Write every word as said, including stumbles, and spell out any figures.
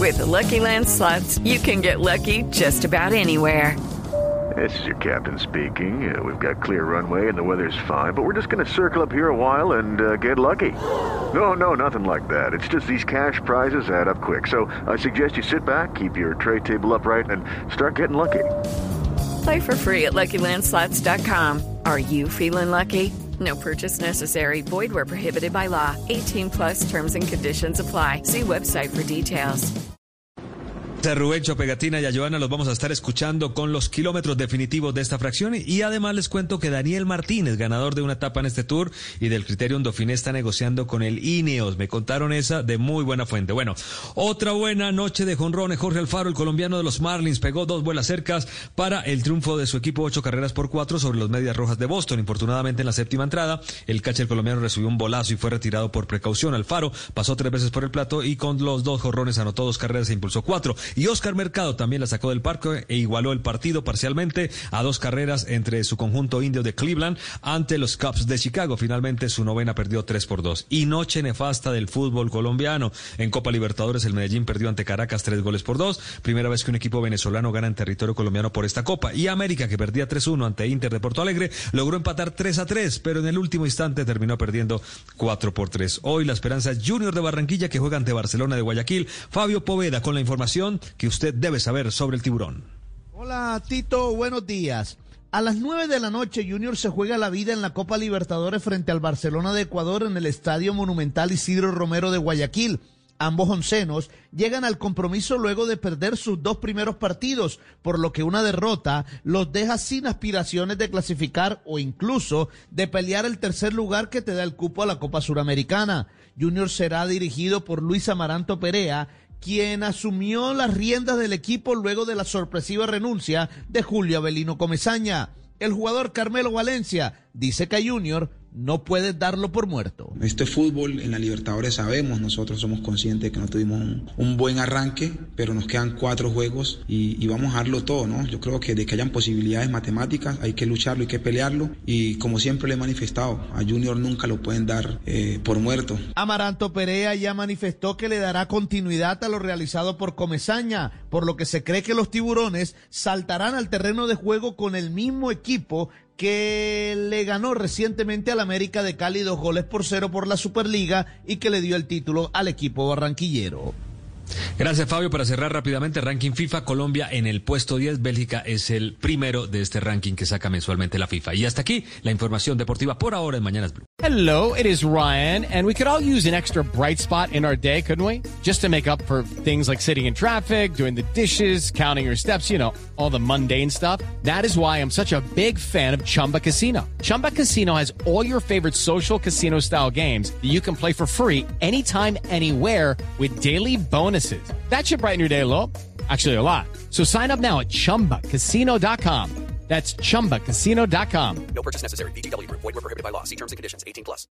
With the Lucky Land Slots, you can get lucky just about anywhere. This is your captain speaking. Uh, we've got clear runway and the weather's fine, but we're just going to circle up here a while and uh, get lucky. No, no, nothing like that. It's just these cash prizes add up quick. So I suggest you sit back, keep your tray table upright, and start getting lucky. Play for free at Lucky Land Slots dot com. Are you feeling lucky? No purchase necessary. Void where prohibited by law. eighteen plus terms and conditions apply. See website for details. A Rubencho, Pegatina y a Joana los vamos a estar escuchando con los kilómetros definitivos de esta fracción, y además les cuento que Daniel Martínez, ganador de una etapa en este Tour y del Criterium Dauphiné, está negociando con el Ineos. Me contaron esa de muy buena fuente. Bueno, otra buena noche de jonrones. Jorge Alfaro, el colombiano de los Marlins, pegó dos vuelas cercas para el triunfo de su equipo, ocho carreras por cuatro sobre los Medias Rojas de Boston. Infortunadamente, en la séptima entrada, el catcher colombiano recibió un bolazo y fue retirado por precaución. Alfaro pasó tres veces por el plato y con los dos jonrones anotó dos carreras e impulsó cuatro. Y Oscar Mercado también la sacó del parque e igualó el partido parcialmente a dos carreras entre su conjunto indio de Cleveland ante los Cubs de Chicago. Finalmente su novena perdió tres por dos. Y noche nefasta del fútbol colombiano. En Copa Libertadores el Medellín perdió ante Caracas tres goles por dos. Primera vez que un equipo venezolano gana en territorio colombiano por esta Copa. Y América, que perdía tres uno ante Inter de Porto Alegre, logró empatar tres a tres, pero en el último instante terminó perdiendo cuatro por tres. Hoy la Esperanza Junior de Barranquilla, que juega ante Barcelona de Guayaquil. Fabio Poveda con la información que usted debe saber sobre el Tiburón. Hola Tito, buenos días. A las nueve de la noche Junior se juega la vida en la Copa Libertadores frente al Barcelona de Ecuador en el Estadio Monumental Isidro Romero de Guayaquil. Ambos oncenos llegan al compromiso luego de perder sus dos primeros partidos, por lo que una derrota los deja sin aspiraciones de clasificar o incluso de pelear el tercer lugar que te da el cupo a la Copa Suramericana. Junior será dirigido por Luis Amaranto Perea, quien asumió las riendas del equipo luego de la sorpresiva renuncia de Julio Avelino Comesaña. El jugador Carmelo Valencia dice que a Junior no puedes darlo por muerto. Esto es fútbol, en la Libertadores sabemos, nosotros somos conscientes de que no tuvimos un, un buen arranque, pero nos quedan cuatro juegos y, y vamos a darlo todo, ¿no? Yo creo que de que hayan posibilidades matemáticas hay que lucharlo, hay que pelearlo, y como siempre le he manifestado, a Junior nunca lo pueden dar eh, por muerto. Amaranto Perea ya manifestó que le dará continuidad a lo realizado por Comesaña, por lo que se cree que los tiburones saltarán al terreno de juego con el mismo equipo que le ganó recientemente al América de Cali dos goles por cero por la Superliga y que le dio el título al equipo barranquillero. Gracias, Fabio. Para cerrar rápidamente, ranking FIFA, Colombia en el puesto diez, Bélgica es el primero de este ranking que saca mensualmente la FIFA. Y hasta aquí la información deportiva por ahora en Mañanas Blue. Hello, it is Ryan, and we could all use an extra bright spot in our day, couldn't we? Just to make up for things like sitting in traffic, doing the dishes, counting your steps, you know, all the mundane stuff. That is why I'm such a big fan of Chumba Casino. Chumba Casino has all your favorite social casino-style games that you can play for free anytime, anywhere with daily bonuses. That should brighten your day a little. Actually, a lot. So sign up now at chumba casino dot com. That's chumba casino dot com. No purchase necessary. V G W Group. Void where prohibited by law. See terms and conditions. eighteen plus.